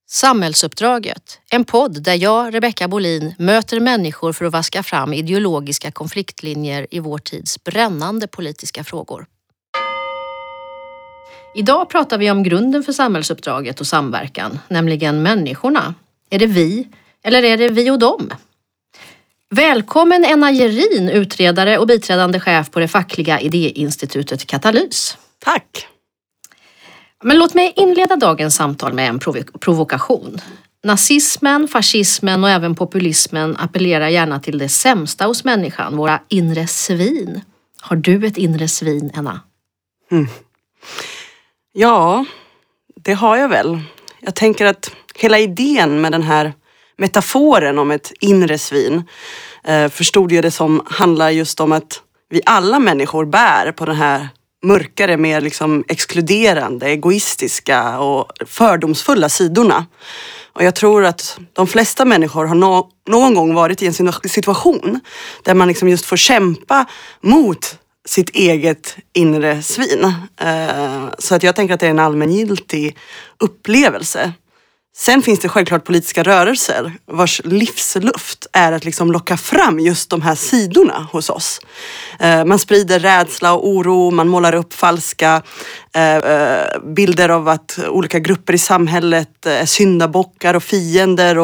Samhällsuppdraget, en podd där jag, Rebecka Bolin, möter människor för att vaska fram ideologiska konfliktlinjer i vår tids brännande politiska frågor. Idag pratar vi om grunden för samhällsuppdraget och samverkan, nämligen människorna. Är det vi eller är det vi och dem? Välkommen Enna Gerin, utredare och biträdande chef på det fackliga idéinstitutet Katalys. Tack! Men låt mig inleda dagens samtal med en provokation. Nazismen, fascismen och även populismen appellerar gärna till det sämsta hos människan, våra inre svin. Har du ett inre svin, Enna? Ja, det har jag väl. Jag tänker att hela idén med den här metaforen om ett inre svin förstod jag det som handlar just om att vi alla människor bär på den här mörkare, mer liksom exkluderande, egoistiska och fördomsfulla sidorna. Och jag tror att de flesta människor har någon gång varit i en situation där man liksom just får kämpa mot sitt eget inre svin. Så att jag tänker att det är en allmängiltig upplevelse. Sen finns det självklart politiska rörelser vars livsluft är att liksom locka fram just de här sidorna hos oss. Man sprider rädsla och oro, man målar upp falska bilder av att olika grupper i samhället är syndabockar och fiender.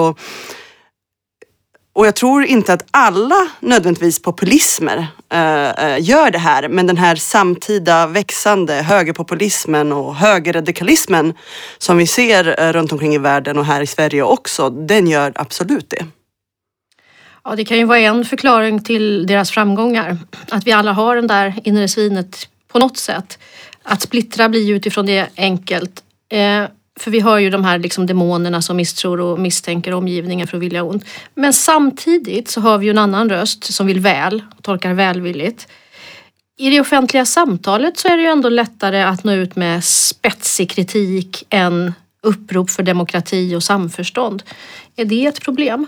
Och jag tror inte att alla nödvändigtvis populismer gör det här. Men den här samtida växande högerpopulismen och högerradikalismen som vi ser runt omkring i världen och här i Sverige också, den gör absolut det. Ja, det kan ju vara en förklaring till deras framgångar. Att vi alla har den där inre svinet på något sätt. Att splittra blir ju utifrån det enkelt. För vi har ju de här liksom demonerna som misstror och misstänker omgivningen för att vilja ont. Men samtidigt så har vi ju en annan röst som vill väl och tolkar välvilligt. I det offentliga samtalet så är det ju ändå lättare att nå ut med spetsig kritik än upprop för demokrati och samförstånd. Är det ett problem?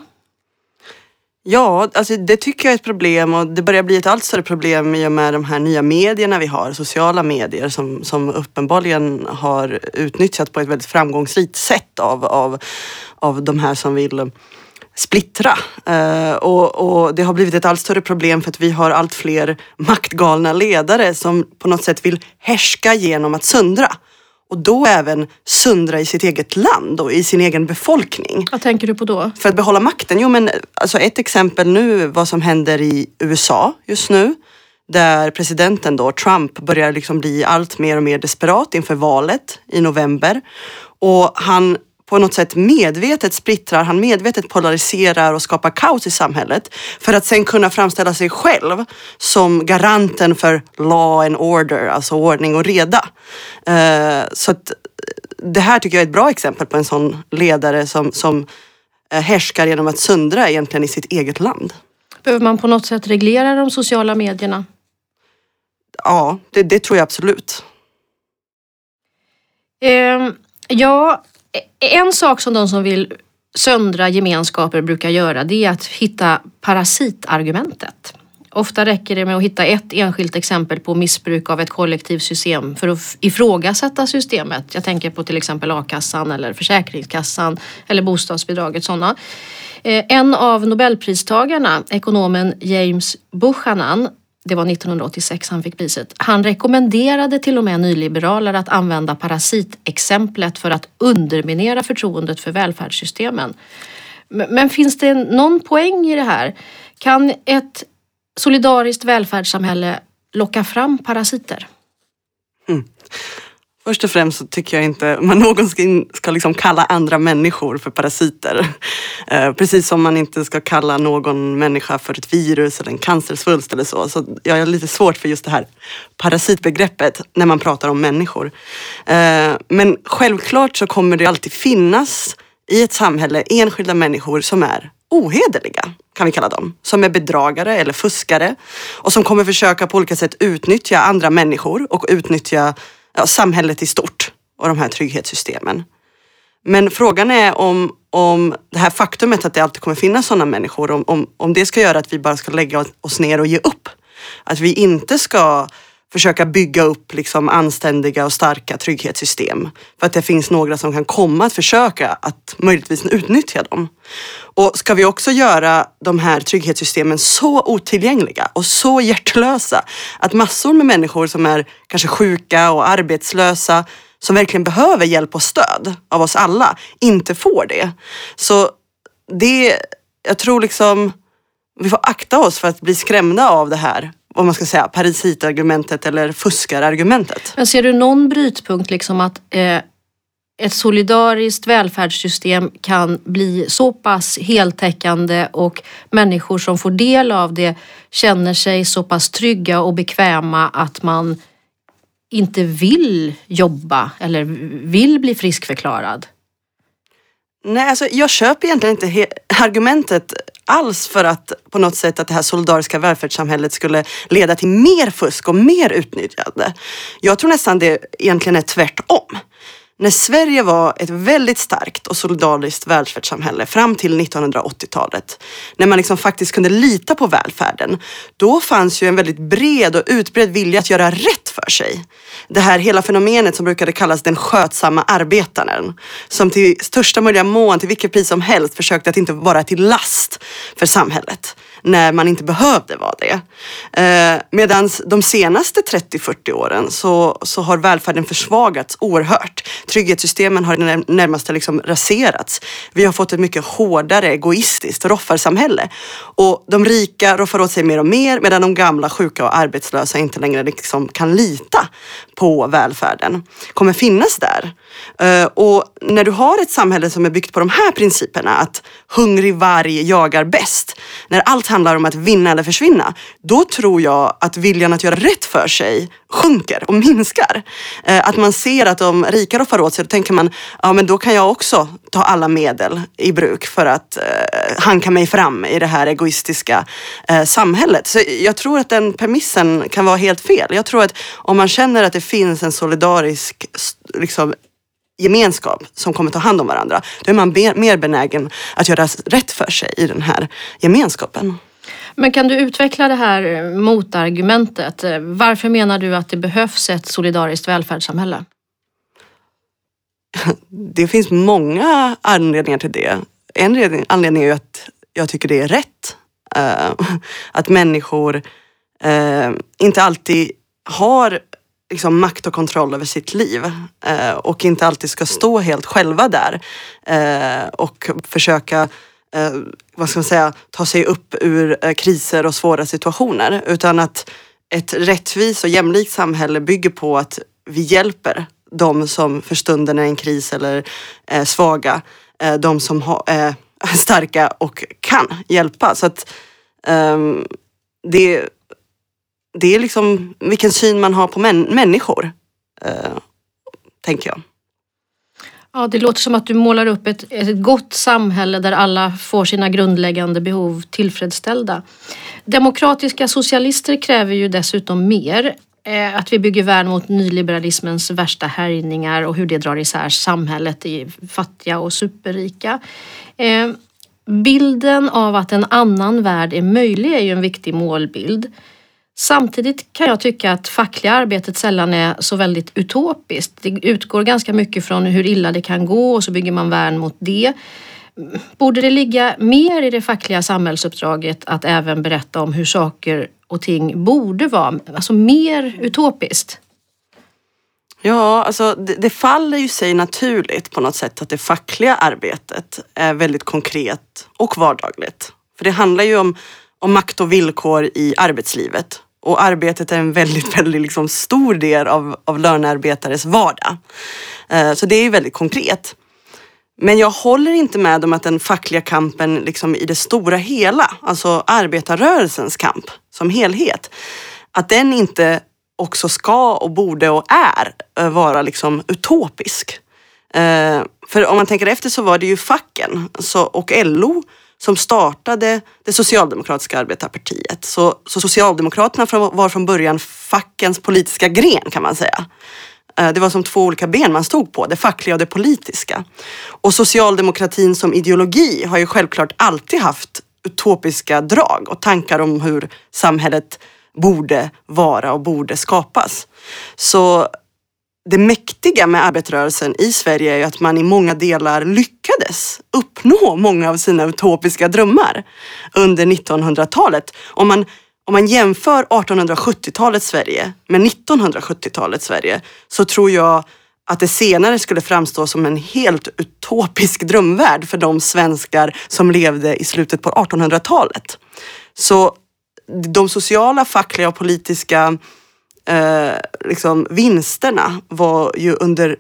Ja, alltså det tycker jag är ett problem, och det börjar bli ett allt större problem i och med de här nya medierna vi har, sociala medier som uppenbarligen har utnyttjats på ett väldigt framgångsrikt sätt av de här som vill splittra. Och det har blivit ett allt större problem för att vi har allt fler maktgalna ledare som på något sätt vill härska genom att söndra. Och då även söndra i sitt eget land och i sin egen befolkning. Vad tänker du på då? För att behålla makten. Jo, men alltså ett exempel nu vad som händer i USA just nu. Där presidenten då, Trump, börjar liksom bli allt mer och mer desperat inför valet i november. Och han på något sätt medvetet splittrar, han medvetet polariserar och skapar kaos i samhället för att sen kunna framställa sig själv som garanten för law and order, alltså ordning och reda. Så att det här tycker jag är ett bra exempel på en sån ledare som härskar genom att söndra egentligen i sitt eget land. Behöver man på något sätt reglera de sociala medierna? Ja, det tror jag absolut. Ja, en sak som de som vill söndra gemenskaper brukar göra, det är att hitta parasitargumentet. Ofta räcker det med att hitta ett enskilt exempel på missbruk av ett kollektivsystem för att ifrågasätta systemet. Jag tänker på till exempel a-kassan eller försäkringskassan eller bostadsbidraget, sådana. En av Nobelpristagarna, ekonomen James Buchanan, det var 1986 han fick priset. Han rekommenderade till och med nyliberaler att använda parasitexemplet för att underminera förtroendet för välfärdssystemen. Men finns det någon poäng i det här? Kan ett solidariskt välfärdssamhälle locka fram parasiter? Först och främst så tycker jag inte man någonsin ska liksom kalla andra människor för parasiter. Precis som man inte ska kalla någon människa för ett virus eller en cancersvulst eller så. Så jag har lite svårt för just det här parasitbegreppet när man pratar om människor. Men självklart så kommer det alltid finnas i ett samhälle enskilda människor som är ohederliga, kan vi kalla dem. Som är bedragare eller fuskare. Och som kommer försöka på olika sätt utnyttja andra människor och utnyttja samhället i stort och de här trygghetssystemen. Men frågan är om det här faktumet att det alltid kommer finnas sådana människor, om det ska göra att vi bara ska lägga oss ner och ge upp. Att vi inte ska försöka bygga upp liksom anständiga och starka trygghetssystem. För att det finns några som kan komma att försöka att möjligtvis utnyttja dem. Och ska vi också göra de här trygghetssystemen så otillgängliga och så hjärtlösa att massor med människor som är kanske sjuka och arbetslösa, som verkligen behöver hjälp och stöd av oss alla, inte får det. Så jag tror liksom vi får akta oss för att bli skrämda av det här, vad man ska säga, parasitargumentet eller fuskarargumentet. Men ser du någon brytpunkt liksom att ett solidariskt välfärdssystem kan bli så pass heltäckande och människor som får del av det känner sig så pass trygga och bekväma att man inte vill jobba eller vill bli friskförklarad? Nej, alltså jag köper egentligen inte argumentet alls för att på något sätt att det här solidariska välfärdssamhället skulle leda till mer fusk och mer utnyttjande. Jag tror nästan det egentligen är tvärtom. När Sverige var ett väldigt starkt och solidariskt välfärdssamhälle fram till 1980-talet, när man liksom faktiskt kunde lita på välfärden, då fanns ju en väldigt bred och utbredd vilja att göra rätt för sig. Det här hela fenomenet som brukade kallas den skötsamma arbetaren, som till största möjliga mån, till vilket pris som helst, försökte att inte vara till last för samhället när man inte behövde vara det. Medan de senaste 30-40 åren så har välfärden försvagats oerhört. Trygghetssystemen har närmast liksom raserats. Vi har fått ett mycket hårdare, egoistiskt roffarsamhälle. Och de rika roffar åt sig mer och mer, medan de gamla, sjuka och arbetslösa inte längre liksom kan lita på välfärden. Kommer finnas där. Och när du har ett samhälle som är byggt på de här principerna, att hungrig varg jagar bäst, när allt handlar om att vinna eller försvinna, då tror jag att viljan att göra rätt för sig sjunker och minskar. Att man ser att de rika roffar åt sig, då tänker man, ja men då kan jag också ta alla medel i bruk för att hanka mig fram i det här egoistiska samhället. Så jag tror att den premissen kan vara helt fel. Jag tror att om man känner att det finns en solidarisk liksom gemenskap som kommer ta hand om varandra, då är man mer benägen att göra rätt för sig i den här gemenskapen. Men kan du utveckla det här motargumentet? Varför menar du att det behövs ett solidariskt välfärdssamhälle? Det finns många anledningar till det. En anledning är ju att jag tycker det är rätt. Att människor inte alltid har liksom makt och kontroll över sitt liv och inte alltid ska stå helt själva där och försöka ta sig upp ur kriser och svåra situationer, utan att ett rättvist och jämlikt samhälle bygger på att vi hjälper de som för stunden är en kris eller är svaga, de som är starka och kan hjälpa. Så att det är liksom vilken syn man har på människor, tänker jag. Ja, det låter som att du målar upp ett gott samhälle där alla får sina grundläggande behov tillfredsställda. Demokratiska socialister kräver ju dessutom mer. Att vi bygger värn mot nyliberalismens värsta härjningar och hur det drar isär samhället i fattiga och superrika. Bilden av att en annan värld är möjlig är ju en viktig målbild. Samtidigt kan jag tycka att fackliga arbetet sällan är så väldigt utopiskt. Det utgår ganska mycket från hur illa det kan gå och så bygger man värn mot det. Borde det ligga mer i det fackliga samhällsuppdraget att även berätta om hur saker och ting borde vara, alltså mer utopiskt? Ja, alltså det faller ju sig naturligt på något sätt att det fackliga arbetet är väldigt konkret och vardagligt. För det handlar ju om makt och villkor i arbetslivet. Och arbetet är en väldigt, väldigt liksom stor del av lönearbetares vardag. Så det är ju väldigt konkret. Men jag håller inte med om att den fackliga kampen liksom i det stora hela, alltså arbetarrörelsens kamp som helhet, att den inte också ska och borde och är vara liksom utopisk. För om man tänker efter så var det ju facken och LO som startade det socialdemokratiska arbetarpartiet. Så Socialdemokraterna var från början fackens politiska gren, kan man säga. Det var som två olika ben man stod på, det fackliga och det politiska. Och socialdemokratin som ideologi har ju självklart alltid haft utopiska drag och tankar om hur samhället borde vara och borde skapas. Så det mäktiga med arbetarrörelsen i Sverige är ju att man i många delar lyckades uppnå många av sina utopiska drömmar under 1900-talet. Om man jämför 1870-talets Sverige med 1970-talets Sverige så tror jag att det senare skulle framstå som en helt utopisk drömvärld för de svenskar som levde i slutet på 1800-talet. Så de sociala, fackliga och politiska vinsterna var ju under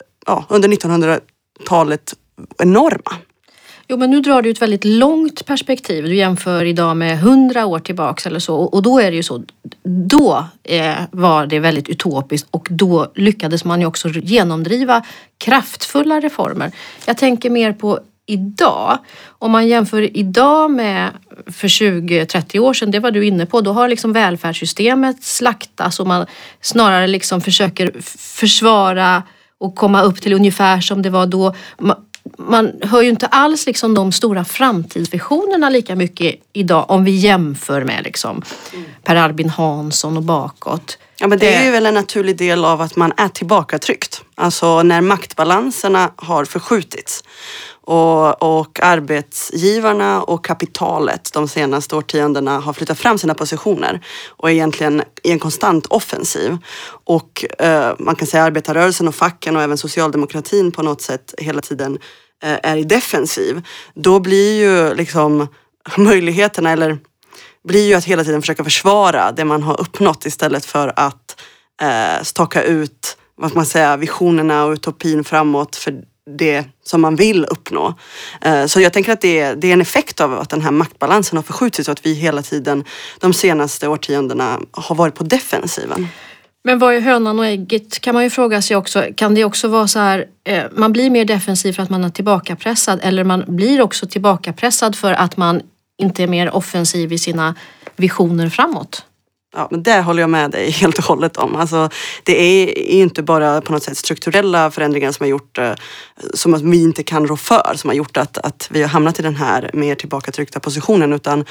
1900-talet enorma. Jo, men nu drar du ett väldigt långt perspektiv. Du jämför idag med 100 år tillbaks eller så. Och då är det ju så. Då var det väldigt utopiskt och då lyckades man ju också genomdriva kraftfulla reformer. Jag tänker mer på idag. Om man jämför idag med för 20-30 år sedan, det var du inne på, då har liksom välfärdssystemet slaktats och man snarare liksom försöker försvara och komma upp till ungefär som det var då. Man hör ju inte alls liksom de stora framtidsvisionerna lika mycket idag om vi jämför med liksom Per Albin Hansson och bakåt. Ja, men det är ju väl en naturlig del av att man är tillbakatryckt. Alltså när maktbalanserna har förskjutits och arbetsgivarna och kapitalet de senaste årtiondena har flyttat fram sina positioner och egentligen i en konstant offensiv. Och man kan säga arbetarrörelsen och facken och även socialdemokratin på något sätt hela tiden är i defensiv. Då blir ju liksom möjligheterna blir ju att hela tiden försöka försvara det man har uppnått istället för att staka ut visionerna och utopin framåt för det som man vill uppnå. Så jag tänker att det är en effekt av att den här maktbalansen har förskjutits och att vi hela tiden de senaste årtiondena har varit på defensiven. Men vad är hönan och ägget kan man ju fråga sig också. Kan det också vara så här, man blir mer defensiv för att man är tillbakapressad eller man blir också tillbakapressad för att man inte är mer offensiv i sina visioner framåt? Ja, men där håller jag med dig helt och hållet om. Alltså, det är inte bara på något sätt strukturella förändringar som har gjort som att vi inte kan rå för, som har gjort att vi har hamnat i den här mer tillbakatryckta positionen, utan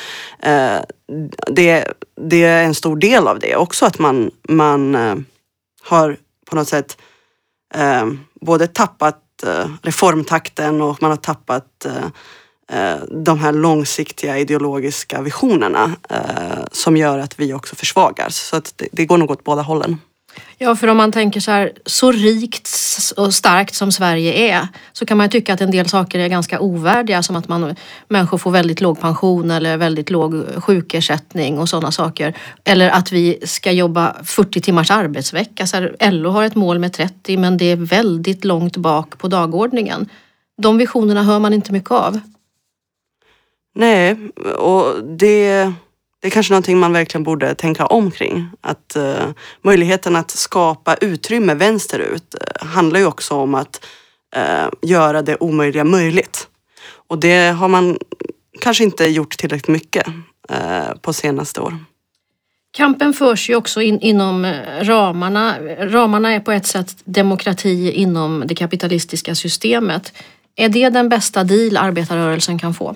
det är en stor del av det också, att man har på något sätt både tappat reformtakten och man har tappat de här långsiktiga ideologiska visionerna som gör att vi också försvagas. Så att det går nog åt båda hållen. Ja, för om man tänker så här, så rikt och starkt som Sverige är, så kan man tycka att en del saker är ganska ovärdiga, som att människor får väldigt låg pension eller väldigt låg sjukersättning och sådana saker. Eller att vi ska jobba 40 timmars arbetsvecka. Så här, LO har ett mål med 30, men det är väldigt långt bak på dagordningen. De visionerna hör man inte mycket av. Nej, och det är kanske någonting man verkligen borde tänka omkring. Att möjligheten att skapa utrymme vänsterut handlar ju också om att göra det omöjliga möjligt. Och det har man kanske inte gjort tillräckligt mycket på senaste år. Kampen förs ju också inom ramarna. Ramarna är på ett sätt demokrati inom det kapitalistiska systemet. Är det den bästa deal arbetarrörelsen kan få?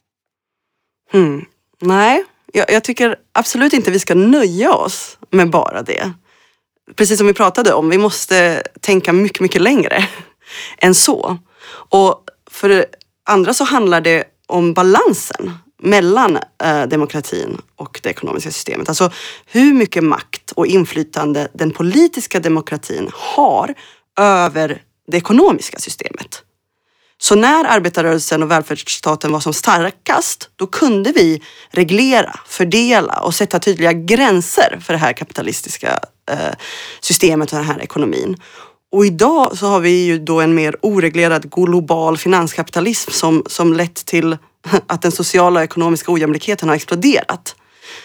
Nej, jag tycker absolut inte vi ska nöja oss med bara det. Precis som vi pratade om, vi måste tänka mycket, mycket längre än så. Och för det andra så handlar det om balansen mellan demokratin och det ekonomiska systemet. Alltså hur mycket makt och inflytande den politiska demokratin har över det ekonomiska systemet. Så när arbetarrörelsen och välfärdsstaten var som starkast, då kunde vi reglera, fördela och sätta tydliga gränser för det här kapitalistiska systemet och den här ekonomin. Och idag så har vi ju då en mer oreglerad global finanskapitalism som lett till att den sociala och ekonomiska ojämlikheten har exploderat.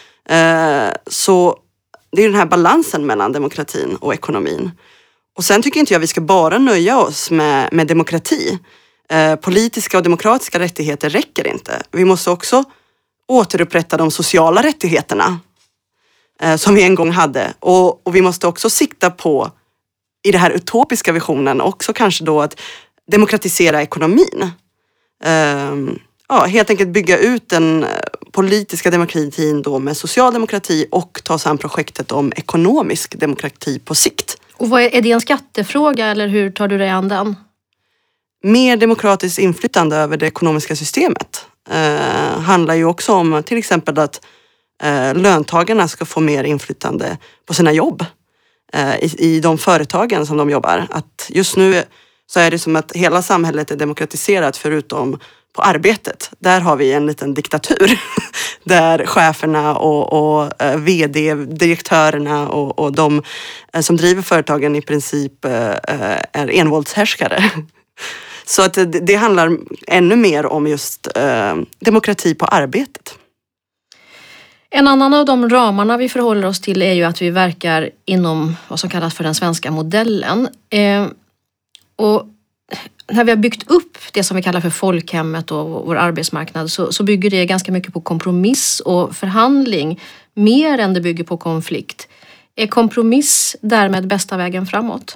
Så det är den här balansen mellan demokratin och ekonomin. Och sen tycker inte jag vi ska bara nöja oss med demokrati. Politiska och demokratiska rättigheter räcker inte. Vi måste också återupprätta de sociala rättigheterna som vi en gång hade. Och vi måste också sikta på, i den här utopiska visionen, också kanske då att demokratisera ekonomin. Helt enkelt bygga ut den politiska demokratin då med socialdemokrati och ta sig an projektet om ekonomisk demokrati på sikt. Och är det en skattefråga eller hur tar du dig an den? Mer demokratiskt inflytande över det ekonomiska systemet handlar ju också om till exempel att löntagarna ska få mer inflytande på sina jobb i de företagen som de jobbar. Att just nu så är det som att hela samhället är demokratiserat förutom på arbetet. Där har vi en liten diktatur där cheferna och vd-direktörerna och de som driver företagen i princip är envåldshärskare. Så att det handlar ännu mer om just demokrati på arbetet. En annan av de ramarna vi förhåller oss till är ju att vi verkar inom vad som kallas för den svenska modellen. Och när vi har byggt upp det som vi kallar för folkhemmet och vår arbetsmarknad så bygger det ganska mycket på kompromiss och förhandling mer än det bygger på konflikt. Är kompromiss därmed bästa vägen framåt?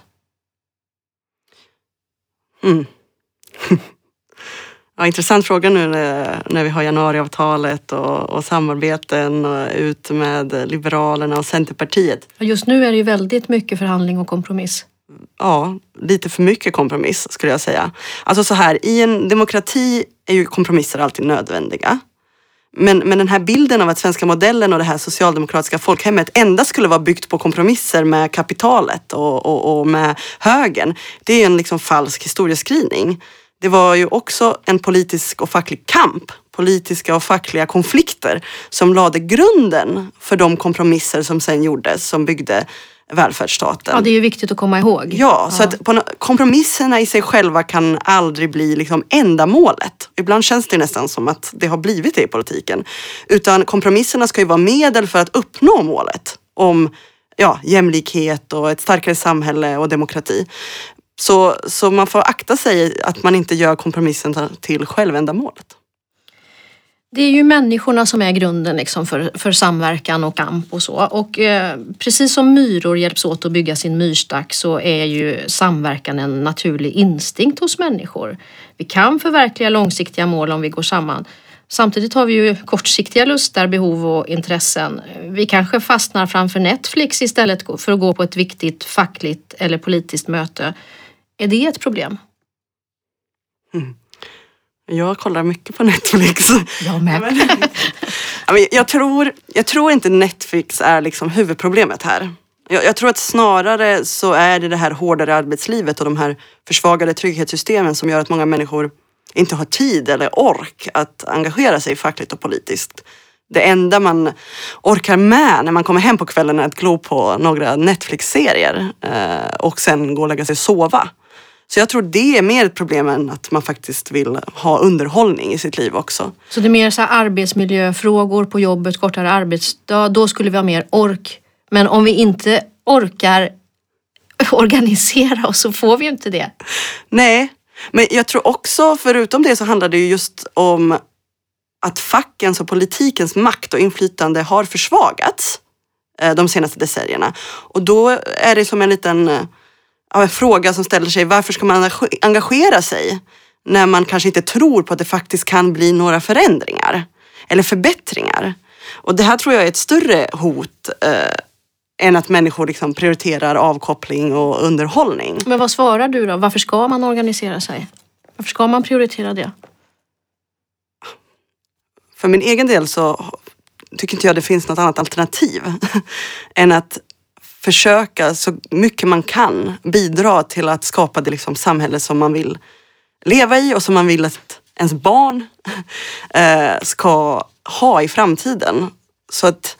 Ja, intressant fråga nu när vi har januariavtalet och samarbeten och ut med Liberalerna och Centerpartiet. Just nu är det ju väldigt mycket förhandling och kompromiss. Ja, lite för mycket kompromiss skulle jag säga. Alltså så här, i en demokrati är ju kompromisser alltid nödvändiga. Men den här bilden av att svenska modellen och det här socialdemokratiska folkhemmet endast skulle vara byggt på kompromisser med kapitalet och med högern. Det är en liksom falsk historieskrivning. Det var ju också en politisk och facklig kamp, politiska och fackliga konflikter som lade grunden för de kompromisser som sen gjordes som byggde välfärdsstaten. Ja, det är ju viktigt att komma ihåg. Ja, så att kompromisserna i sig själva kan aldrig bli liksom ändamålet. Ibland känns det nästan som att det har blivit det i politiken. Utan kompromisserna ska ju vara medel för att uppnå målet om jämlikhet och ett starkare samhälle och demokrati. Så man får akta sig att man inte gör kompromissen till självändamålet. Det är ju människorna som är grunden liksom för samverkan och kamp och så. Och precis som myror hjälps åt att bygga sin myrstack så är ju samverkan en naturlig instinkt hos människor. Vi kan förverkliga långsiktiga mål om vi går samman. Samtidigt har vi ju kortsiktiga lustar, behov och intressen. Vi kanske fastnar framför Netflix istället för att gå på ett viktigt fackligt eller politiskt möte. Är det ett problem? Jag kollar mycket på Netflix. Jag med. Jag tror inte Netflix är liksom huvudproblemet här. Jag tror att snarare så är det här hårdare arbetslivet och de här försvagade trygghetssystemen som gör att många människor inte har tid eller ork att engagera sig fackligt och politiskt. Det enda man orkar med när man kommer hem på kvällen är att glo på några Netflix-serier och sen gå och lägga sig och sova. Så jag tror det är mer ett problem än att man faktiskt vill ha underhållning i sitt liv också. Så det är mer så här arbetsmiljöfrågor på jobbet, kortare arbetsdag, då skulle vi ha mer ork. Men om vi inte orkar organisera oss så får vi ju inte det. Nej, men jag tror också förutom det så handlar det ju just om att fackens och politikens makt och inflytande har försvagats de senaste decennierna. Och då är det som en liten fråga som ställer sig, varför ska man engagera sig när man kanske inte tror på att det faktiskt kan bli några förändringar eller förbättringar. Och det här tror jag är ett större hot än att människor liksom prioriterar avkoppling och underhållning. Men vad svarar du då? Varför ska man organisera sig? Varför ska man prioritera det? För min egen del så tycker inte jag det finns något annat alternativ än att försöka så mycket man kan bidra till att skapa det liksom samhälle som man vill leva i och som man vill att ens barn ska ha i framtiden. Så att,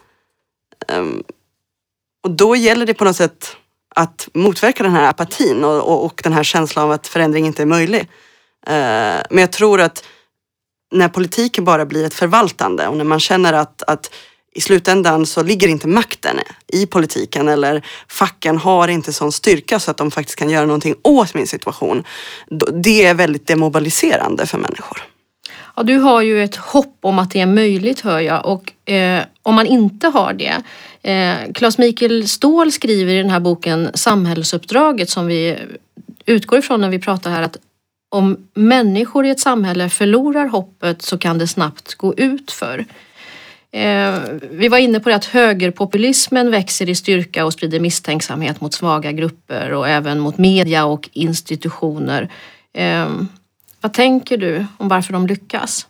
och då gäller det på något sätt att motverka den här apatin och den här känslan av att förändring inte är möjlig. Men jag tror att när politiken bara blir ett förvaltande och när man känner att i slutändan så ligger inte makten i politiken eller facken har inte sån styrka så att de faktiskt kan göra någonting åt min situation. Det är väldigt demobiliserande för människor. Ja, du har ju ett hopp om att det är möjligt, hör jag. Och om man inte har det. Claes-Mikael Ståhl skriver i den här boken Samhällsuppdraget som vi utgår ifrån när vi pratar här att om människor i ett samhälle förlorar hoppet så kan det snabbt gå ut för. Vi var inne på det att högerpopulismen växer i styrka och sprider misstänksamhet mot svaga grupper och även mot media och institutioner. Vad tänker du om varför de lyckas?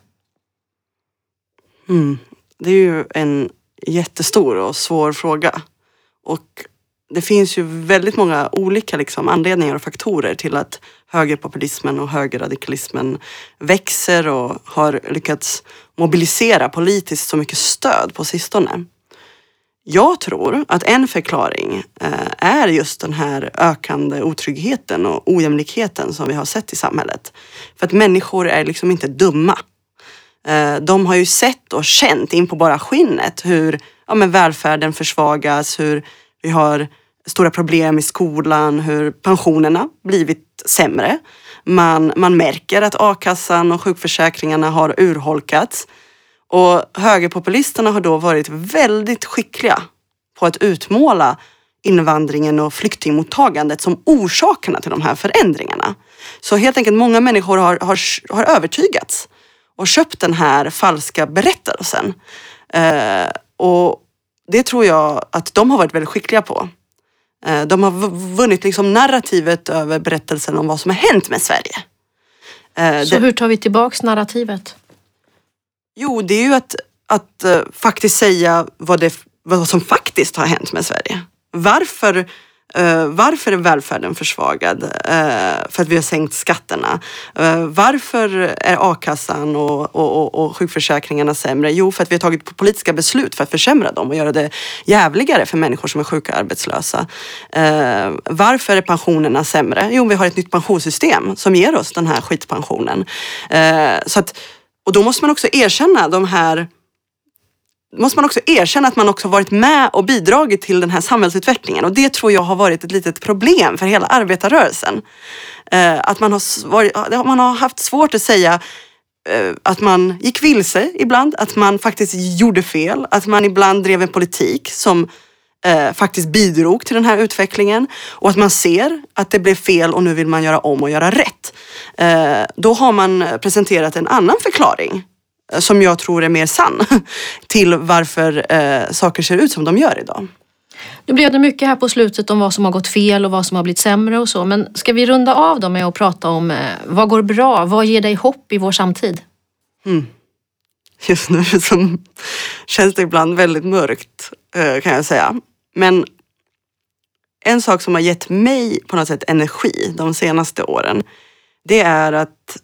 Det är ju en jättestor och svår fråga. Och det finns ju väldigt många olika anledningar och faktorer till att högerpopulismen och högerradikalismen växer och har lyckats mobilisera politiskt så mycket stöd på sistone. Jag tror att en förklaring är just den här ökande otryggheten och ojämlikheten som vi har sett i samhället. För att människor är inte dumma. De har ju sett och känt in på bara skinnet hur välfärden försvagas, hur vi har stora problem i skolan, hur pensionerna blivit sämre. Man märker att a-kassan och sjukförsäkringarna har urholkats. Och högerpopulisterna har då varit väldigt skickliga på att utmåla invandringen och flyktingmottagandet som orsakerna till de här förändringarna. Så helt enkelt många människor har övertygats och köpt den här falska berättelsen. Och det tror jag att de har varit väldigt skickliga på. De har vunnit narrativet över berättelsen om vad som har hänt med Sverige. Så hur tar vi tillbaks narrativet? Jo, det är ju att faktiskt säga vad som faktiskt har hänt med Sverige. Varför är välfärden försvagad? För att vi har sänkt skatterna. Varför är a-kassan och sjukförsäkringarna sämre? Jo, för att vi har tagit politiska beslut för att försämra dem och göra det jävligare för människor som är sjuka och arbetslösa. Varför är pensionerna sämre? Jo, vi har ett nytt pensionssystem som ger oss den här skitpensionen. Och då måste man också erkänna att man också varit med och bidragit till den här samhällsutvecklingen. Och det tror jag har varit ett litet problem för hela arbetarrörelsen. Att man har haft svårt att säga att man gick vilse ibland. Att man faktiskt gjorde fel. Att man ibland drev en politik som faktiskt bidrog till den här utvecklingen. Och att man ser att det blev fel och nu vill man göra om och göra rätt. Då har man presenterat en annan förklaring som jag tror är mer sann till varför saker ser ut som de gör idag. Nu blev det mycket här på slutet om vad som har gått fel och vad som har blivit sämre och så. Men ska vi runda av då med att prata om vad går bra? Vad ger dig hopp i vår samtid? Just nu så känns det ibland väldigt mörkt kan jag säga. Men en sak som har gett mig på något sätt energi de senaste åren, det är att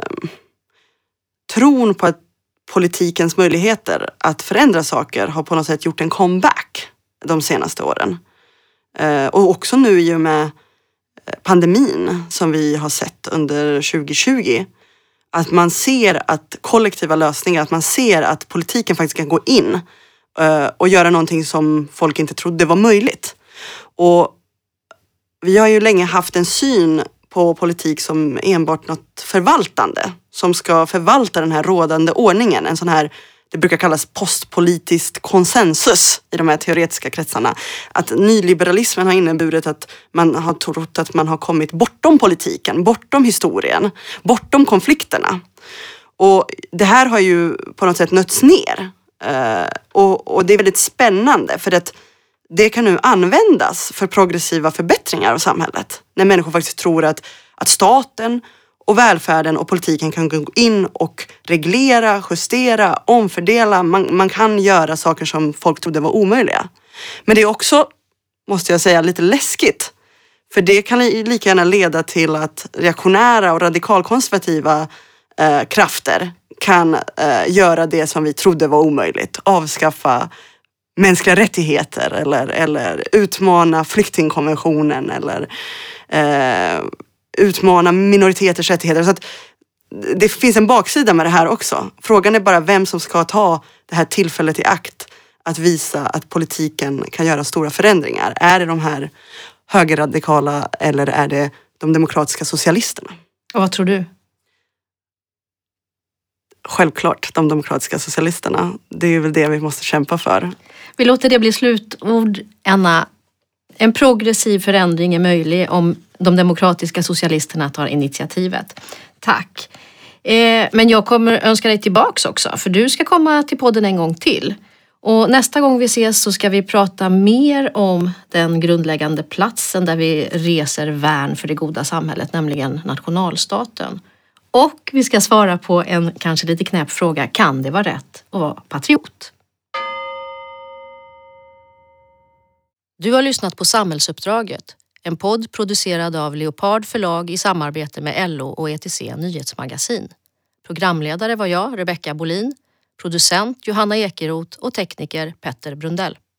tron på att politikens möjligheter att förändra saker har på något sätt gjort en comeback de senaste åren. Och också nu i och med pandemin som vi har sett under 2020. Att man ser att kollektiva lösningar, att man ser att politiken faktiskt kan gå in och göra någonting som folk inte trodde var möjligt. Och vi har ju länge haft en syn på politik som enbart något förvaltande. Som ska förvalta den här rådande ordningen. En sån här, det brukar kallas postpolitiskt konsensus i de här teoretiska kretsarna. Att nyliberalismen har inneburit att man har trott att man har kommit bortom politiken, bortom historien, bortom konflikterna. Och det här har ju på något sätt nötts ner. Och det är väldigt spännande för att det kan nu användas för progressiva förbättringar av samhället. När människor faktiskt tror att staten och välfärden och politiken kan gå in och reglera, justera, omfördela. Man kan göra saker som folk trodde var omöjliga. Men det är också, måste jag säga, lite läskigt. För det kan lika gärna leda till att reaktionära och radikalkonservativa krafter kan göra det som vi trodde var omöjligt. Avskaffa mänskliga rättigheter eller utmana flyktingkonventionen eller utmana minoriteters rättigheter. Så att det finns en baksida med det här också. Frågan är bara vem som ska ta det här tillfället i akt att visa att politiken kan göra stora förändringar. Är det de här högerradikala eller är det de demokratiska socialisterna? Och vad tror du? Självklart de demokratiska socialisterna. Det är väl det vi måste kämpa för. Vi låter det bli slutord, Anna. En progressiv förändring är möjlig om de demokratiska socialisterna tar initiativet. Tack. Men jag kommer önska dig tillbaks också. För du ska komma till podden en gång till. Och nästa gång vi ses så ska vi prata mer om den grundläggande platsen där vi reser värn för det goda samhället, nämligen nationalstaten. Och vi ska svara på en kanske lite knäpp fråga: kan det vara rätt att vara patriot? Du har lyssnat på Samhällsuppdraget, en podd producerad av Leopard förlag i samarbete med LO och ETC Nyhetsmagasin. Programledare var jag, Rebecka Bolin, producent Johanna Ekeroth och tekniker Petter Brundell.